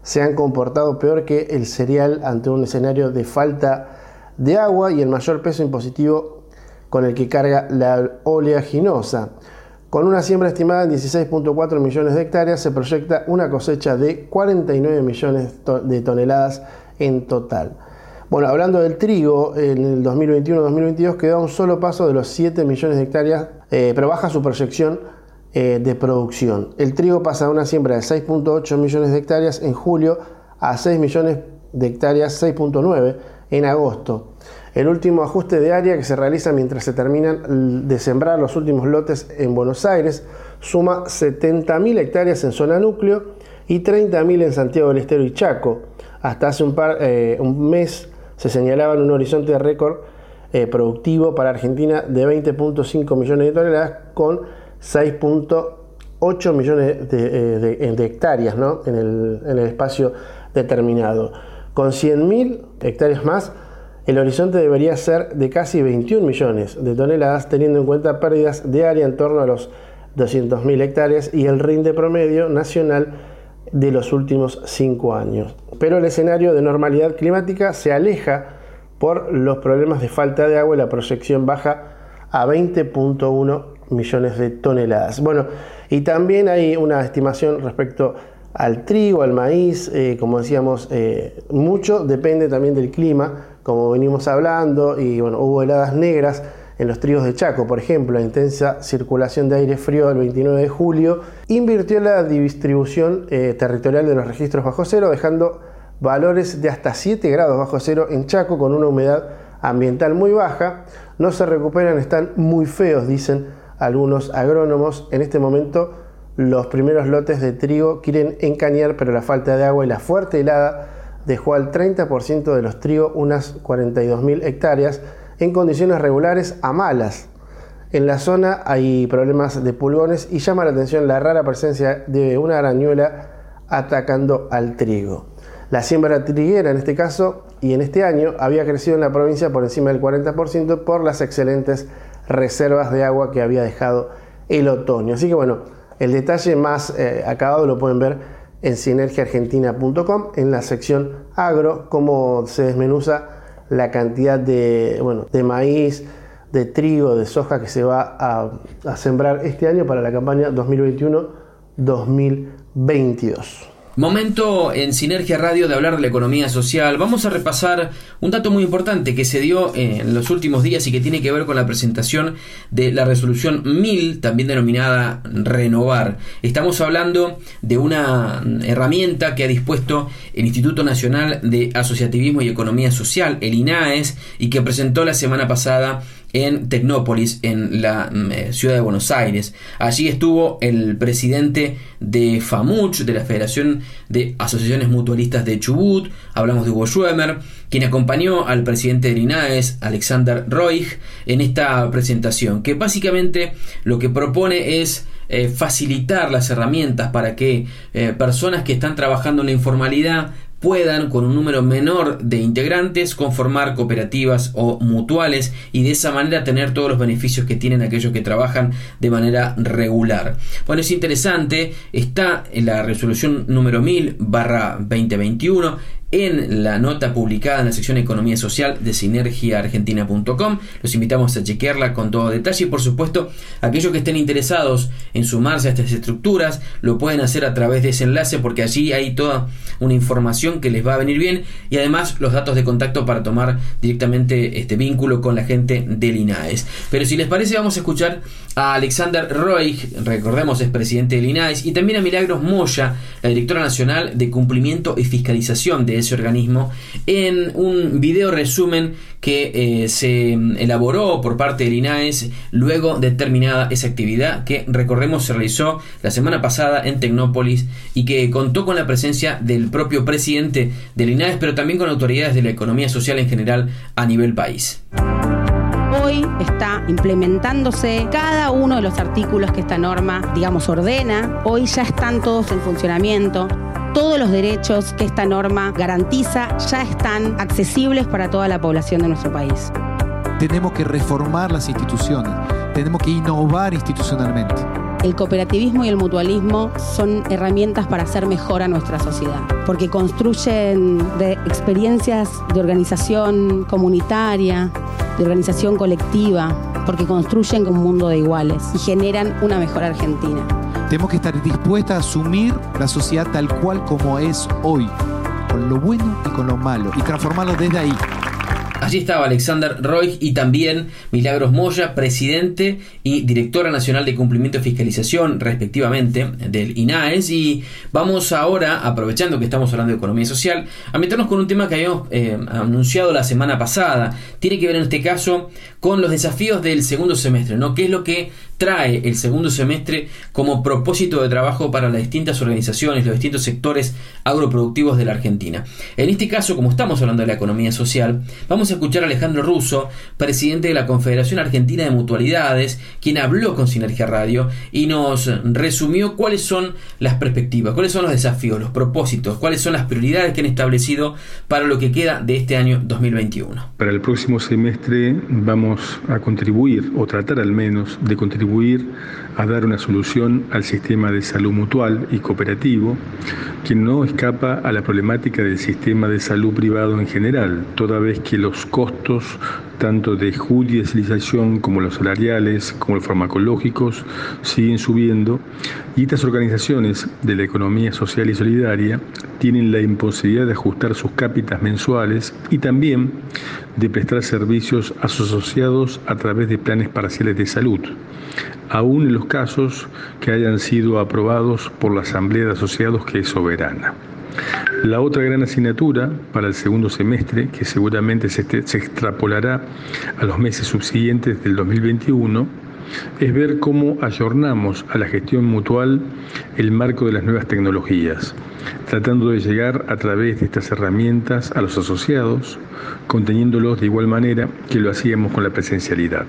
se han comportado peor que el cereal ante un escenario de falta de agua y el mayor peso impositivo con el que carga la oleaginosa. Con una siembra estimada en dieciséis punto cuatro millones de hectáreas, se proyecta una cosecha de cuarenta y nueve millones de toneladas en total. Bueno, hablando del trigo, en el dos mil veintiuno dos mil veintidós quedó a un solo paso de los siete millones de hectáreas, eh, pero baja su proyección eh, de producción. El trigo pasa de una siembra de seis punto ocho millones de hectáreas en julio a seis millones de hectáreas, seis punto nueve en agosto. El último ajuste de área que se realiza mientras se terminan de sembrar los últimos lotes en Buenos Aires suma setenta mil hectáreas en zona núcleo y treinta mil en Santiago del Estero y Chaco. Hasta hace un, par, eh, un mes se señalaba un horizonte de récord eh, productivo para Argentina de veinte punto cinco millones de toneladas con seis punto ocho millones de, de, de, de hectáreas, ¿no? en, el, en el espacio determinado. Con cien mil hectáreas más, el horizonte debería ser de casi veintiún millones de toneladas, teniendo en cuenta pérdidas de área en torno a los doscientas mil hectáreas y el rinde promedio nacional de los últimos cinco años. Pero el escenario de normalidad climática se aleja por los problemas de falta de agua y la proyección baja a veinte punto uno millones de toneladas. Bueno, y también hay una estimación respecto al trigo, al maíz, eh, como decíamos, eh, mucho depende también del clima, como venimos hablando, y bueno, hubo heladas negras en los trigos de Chaco, por ejemplo. La intensa circulación de aire frío del veintinueve de julio invirtió la distribución eh, territorial de los registros bajo cero, dejando valores de hasta siete grados bajo cero en Chaco con una humedad ambiental muy baja. No se recuperan, están muy feos, dicen algunos agrónomos. En este momento los primeros lotes de trigo quieren encañar, pero la falta de agua y la fuerte helada dejó al treinta por ciento de los trigos, unas cuarenta y dos mil hectáreas, en condiciones regulares a malas. En la zona hay problemas de pulgones y llama la atención la rara presencia de una arañuela atacando al trigo. La siembra triguera en este caso y en este año había crecido en la provincia por encima del cuarenta por ciento por las excelentes reservas de agua que había dejado el otoño. Así que bueno, el detalle más eh, acabado lo pueden ver en sinergia argentina punto com, en la sección agro, cómo se desmenuza la cantidad de, bueno, de maíz, de trigo, de soja que se va a, a sembrar este año para la campaña dos mil veintiuno dos mil veintidós. Momento en Sinergia Radio de hablar de la economía social. Vamos a repasar un dato muy importante que se dio en los últimos días y que tiene que ver con la presentación de la resolución mil, también denominada Renovar. Estamos hablando de una herramienta que ha dispuesto el Instituto Nacional de Asociativismo y Economía Social, el INAES, y que presentó la semana pasada en Tecnópolis, en la eh, ciudad de Buenos Aires. Allí estuvo el presidente de FAMUCH, de la Federación de Asociaciones Mutualistas de Chubut, hablamos de Hugo Schwemmer, quien acompañó al presidente del INAES, Alexander Roig, en esta presentación, que básicamente lo que propone es eh, facilitar las herramientas para que eh, personas que están trabajando en la informalidad puedan, con un número menor de integrantes, conformar cooperativas o mutuales y de esa manera tener todos los beneficios que tienen aquellos que trabajan de manera regular. Bueno, es interesante, está en la resolución número mil barra veinte veintiuno en la nota publicada en la sección Economía Social de sinergia argentina punto com. Los invitamos a chequearla con todo detalle y, por supuesto, aquellos que estén interesados en sumarse a estas estructuras lo pueden hacer a través de ese enlace, porque allí hay toda una información que les va a venir bien y además los datos de contacto para tomar directamente este vínculo con la gente del INAES. Pero si les parece, vamos a escuchar a Alexander Roig, recordemos es presidente del INAES, y también a Milagros Moya, la directora nacional de cumplimiento y fiscalización de ese organismo, en un video resumen que eh, se elaboró por parte del INAES luego de terminada esa actividad que, recordemos, se realizó la semana pasada en Tecnópolis y que contó con la presencia del propio presidente del INAES, pero también con autoridades de la economía social en general a nivel país. Hoy está implementándose cada uno de los artículos que esta norma, digamos, ordena. Hoy ya están todos en funcionamiento. Todos los derechos que esta norma garantiza ya están accesibles para toda la población de nuestro país. Tenemos que reformar las instituciones, tenemos que innovar institucionalmente. el cooperativismo y el mutualismo son herramientas para hacer mejor a nuestra sociedad, porque construyen de experiencias de organización comunitaria, de organización colectiva, porque construyen un mundo de iguales y generan una mejor Argentina. Tenemos que estar dispuestas a asumir la sociedad tal cual como es hoy, con lo bueno y con lo malo, y transformarlo desde ahí. Allí estaba Alexander Roig y también Milagros Moya, presidente y directora nacional de cumplimiento y fiscalización, respectivamente, del I N A E S. Y vamos ahora, aprovechando que estamos hablando de economía social, a meternos con un tema que habíamos eh, anunciado la semana pasada. Tiene que ver en este caso con los desafíos del segundo semestre, ¿no? ¿Qué es lo que trae el segundo semestre como propósito de trabajo para las distintas organizaciones, los distintos sectores agroproductivos de la Argentina? En este caso, como estamos hablando de la economía social, vamos a escuchar a Alejandro Russo, presidente de la Confederación Argentina de Mutualidades, quien habló con Sinergia Radio y nos resumió cuáles son las perspectivas, cuáles son los desafíos, los propósitos, cuáles son las prioridades que han establecido para lo que queda de este año dos mil veintiuno. Para el próximo semestre vamos a contribuir, o tratar al menos de contribuir a dar una solución al sistema de salud mutual y cooperativo, que no escapa a la problemática del sistema de salud privado en general, toda vez que los costos tanto de judicialización como los salariales, como los farmacológicos, siguen subiendo, y estas organizaciones de la economía social y solidaria tienen la imposibilidad de ajustar sus cápitas mensuales y también de prestar servicios a sus asociados a través de planes parciales de salud, aún en los casos que hayan sido aprobados por la Asamblea de Asociados, que es soberana. La otra gran asignatura para el segundo semestre, que seguramente se, se extrapolará a los meses subsiguientes del dos mil veintiuno, es ver cómo ayornamos a la gestión mutual el marco de las nuevas tecnologías, tratando de llegar a través de estas herramientas a los asociados, conteniéndolos de igual manera que lo hacíamos con la presencialidad.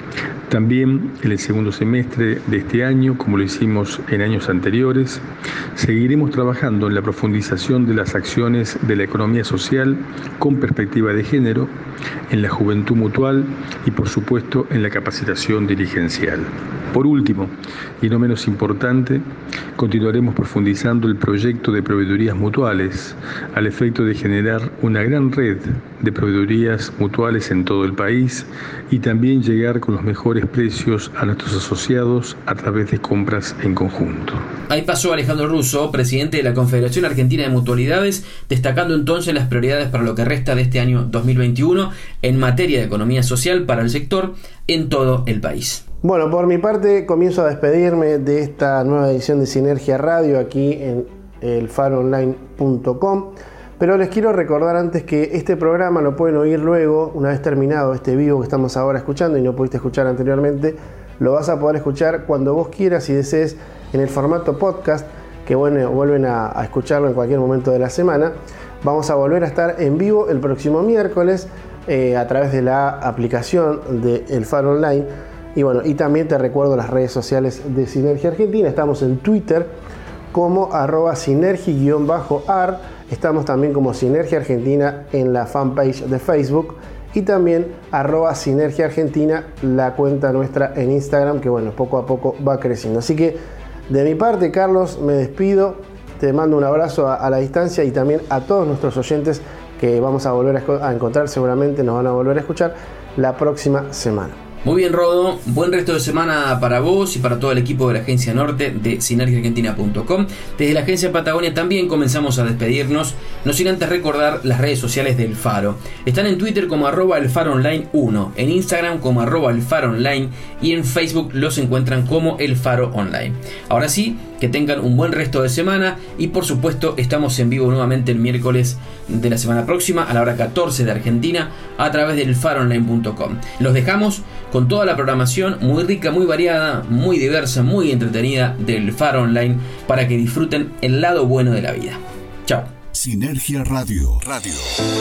También en el segundo semestre de este año, como lo hicimos en años anteriores, seguiremos trabajando en la profundización de las acciones de la economía social con perspectiva de género, en la juventud mutual y, por supuesto, en la capacitación dirigencial. Por último, y no menos importante, continuaremos profundizando el proyecto de proveedurías mutuales al efecto de generar una gran red de proveedurías mutuales en todo el país y también llegar con los mejores precios a nuestros asociados a través de compras en conjunto. Ahí pasó Alejandro Russo, presidente de la Confederación Argentina de Mutualidades, destacando entonces las prioridades para lo que resta de este año dos mil veintiuno en materia de economía social para el sector en todo el país. Bueno, por mi parte comienzo a despedirme de esta nueva edición de Sinergia Radio aquí en el faro online punto com, pero les quiero recordar antes que este programa lo pueden oír luego, una vez terminado este vivo que estamos ahora escuchando y no pudiste escuchar anteriormente, lo vas a poder escuchar cuando vos quieras y desees en el formato podcast, que bueno, vuelven a, a escucharlo en cualquier momento de la semana. Vamos a volver a estar en vivo el próximo miércoles eh, a través de la aplicación de El Faro Online. Y bueno, y también te recuerdo las redes sociales de Sinergia Argentina. Estamos en Twitter como arroba sinergi-ar. Estamos también como Sinergia Argentina en la fanpage de Facebook. Y también arroba Sinergia Argentina, la cuenta nuestra en Instagram, que bueno, poco a poco va creciendo. Así que de mi parte, Carlos, me despido. Te mando un abrazo a, a la distancia y también a todos nuestros oyentes que vamos a volver a, a encontrar, seguramente nos van a volver a escuchar la próxima semana. Muy bien, Rodo, buen resto de semana para vos y para todo el equipo de la Agencia Norte de sinergia argentina punto com. Desde la Agencia Patagonia también comenzamos a despedirnos, no sin antes recordar las redes sociales del Faro. Están en Twitter como arroba el Faro Online uno, en Instagram como arroba el Faro Online y en Facebook los encuentran como el Faro Online. Ahora sí, que tengan un buen resto de semana y por supuesto estamos en vivo nuevamente el miércoles de la semana próxima a la hora catorce de Argentina a través del faro online punto com. Los dejamos con toda la programación muy rica, muy variada, muy diversa, muy entretenida del Faro Online para que disfruten el lado bueno de la vida. Chao. Sinergia Radio. Radio.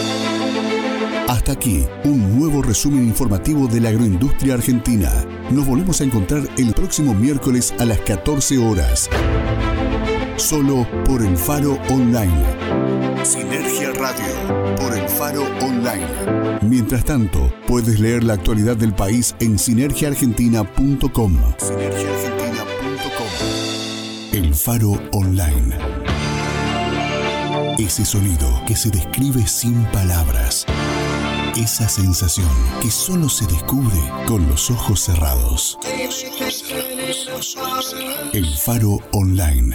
Hasta aquí, un nuevo resumen informativo de la agroindustria argentina. Nos volvemos a encontrar el próximo miércoles a las catorce horas. Solo por el Faro Online. Sinergia Radio, por el Faro Online. Mientras tanto, puedes leer la actualidad del país en sinergia argentina punto com. sinergia argentina punto com. Faro Online. Ese sonido que se describe sin palabras. Esa sensación que solo se descubre con los ojos cerrados. El Faro Online.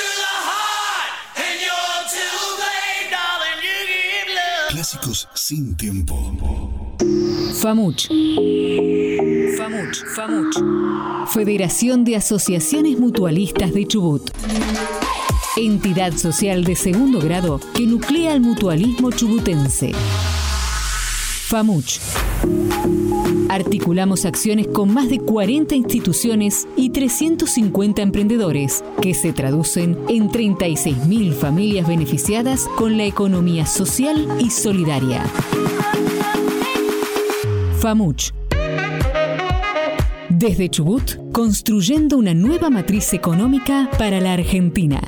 Clásicos sin tiempo. FAMUCH. FAMUCH. FAMUCH. Federación de Asociaciones Mutualistas de Chubut. Entidad social de segundo grado que nuclea el mutualismo chubutense. FAMUCH. Articulamos acciones con más de cuarenta instituciones y trescientos cincuenta emprendedores que se traducen en treinta y seis mil familias beneficiadas con la economía social y solidaria. FAMUCH. Desde Chubut, construyendo una nueva matriz económica para la Argentina.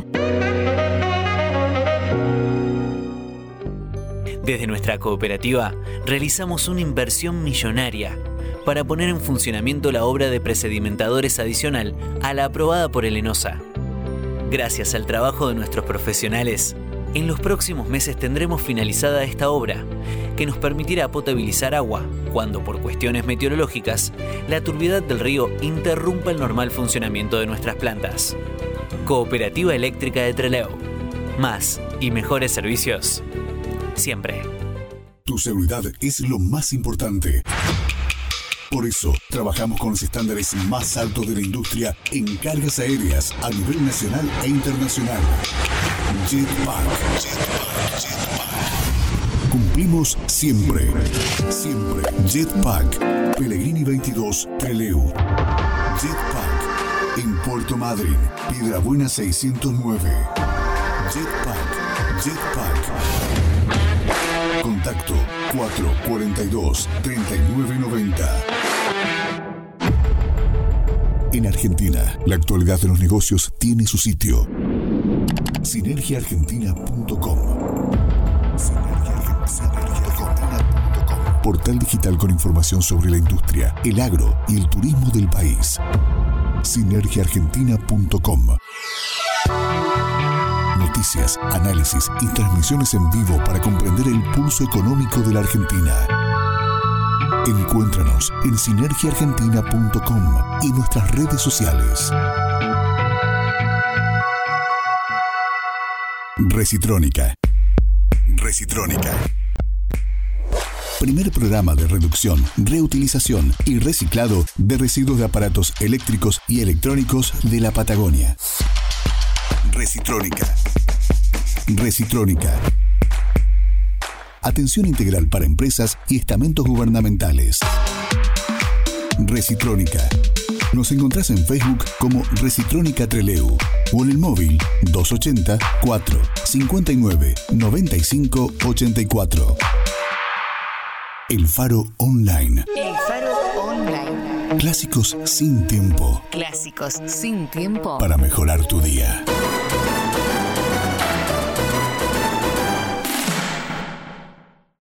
Desde nuestra cooperativa, realizamos una inversión millonaria para poner en funcionamiento la obra de presedimentadores adicional a la aprobada por el ENOSA. Gracias al trabajo de nuestros profesionales, en los próximos meses tendremos finalizada esta obra, que nos permitirá potabilizar agua cuando, por cuestiones meteorológicas, la turbiedad del río interrumpa el normal funcionamiento de nuestras plantas. Cooperativa Eléctrica de Trelew. Más y mejores servicios siempre. Tu seguridad es lo más importante. Por eso, trabajamos con los estándares más altos de la industria en cargas aéreas a nivel nacional e internacional. Jetpack. Jetpack. Jetpack. Cumplimos siempre. Siempre. Jetpack. Pellegrini veintidós, Trelew. Jetpack. En Puerto Madryn, Piedrabuena seiscientos nueve. Jetpack. Jetpack. Contacto cuatro cuarenta y dos, treinta y nueve noventa. En Argentina, la actualidad de los negocios tiene su sitio. sinergia argentina punto com. sinergia argentina punto com. Portal digital con información sobre la industria, el agro y el turismo del país. sinergia argentina punto com. Noticias, análisis y transmisiones en vivo para comprender el pulso económico de la Argentina. Encuéntranos en sinergia argentina punto com y nuestras redes sociales. Recitrónica. Recitrónica. Primer programa de reducción, reutilización y reciclado de residuos de aparatos eléctricos y electrónicos de la Patagonia. Recitrónica. Recitrónica. Atención integral para empresas y estamentos gubernamentales. Recitrónica. Nos encontrás en Facebook como Recitrónica Trelew o en el móvil dos ochenta, cuatro cincuenta y nueve, noventa y cinco ochenta y cuatro. El Faro Online. El Faro Online. Clásicos sin tiempo. Clásicos sin tiempo. Para mejorar tu día.